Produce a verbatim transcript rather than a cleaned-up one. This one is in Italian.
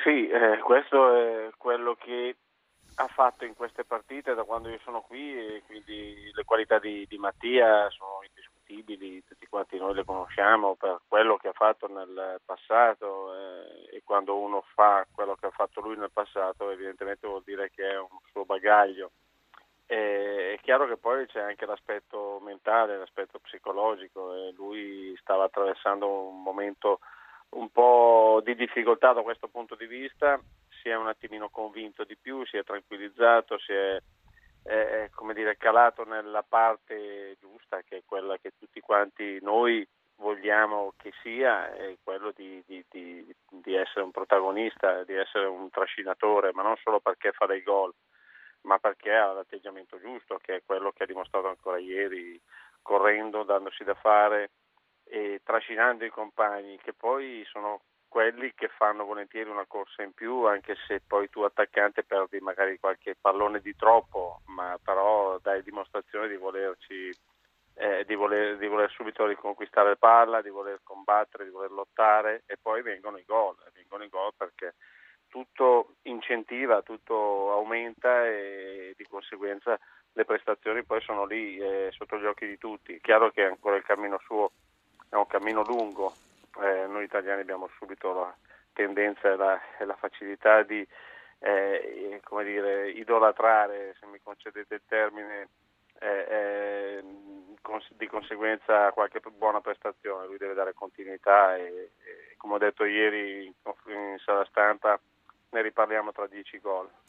Sì, eh, questo è quello che ha fatto in queste partite da quando io sono qui, e quindi le qualità di, di Mattia sono indiscutibili, tutti quanti noi le conosciamo per quello che ha fatto nel passato, eh, e quando uno fa quello che ha fatto lui nel passato evidentemente vuol dire che è un suo bagaglio. E, è chiaro che poi c'è anche l'aspetto mentale, l'aspetto psicologico, e lui stava attraversando un momento un po' di difficoltà da questo punto di vista. Si è un attimino convinto di più, si è tranquillizzato, si è, è, come dire, calato nella parte giusta, che è quella che tutti quanti noi vogliamo che sia, è quello di, di, di, di essere un protagonista, di essere un trascinatore, ma non solo perché fa dei gol, ma perché ha l'atteggiamento giusto, che è quello che ha dimostrato ancora ieri, correndo, dandosi da fare e trascinando i compagni, che poi sono quelli che fanno volentieri una corsa in più, anche se poi tu attaccante perdi magari qualche pallone di troppo, ma però dai dimostrazione di volerci eh, di, voler, di voler subito riconquistare palla, di voler combattere, di voler lottare, e poi vengono i gol, vengono i gol perché tutto incentiva, tutto aumenta, e di conseguenza le prestazioni poi sono lì, eh, sotto gli occhi di tutti. È chiaro che ancora il cammino suo è un cammino lungo, eh, noi italiani abbiamo subito la tendenza e la, e la facilità di eh, come dire, idolatrare, se mi concedete il termine, eh, eh, cons- di conseguenza qualche buona prestazione. Lui deve dare continuità e, e come ho detto ieri in, in sala stampa, ne riparliamo tra dieci gol.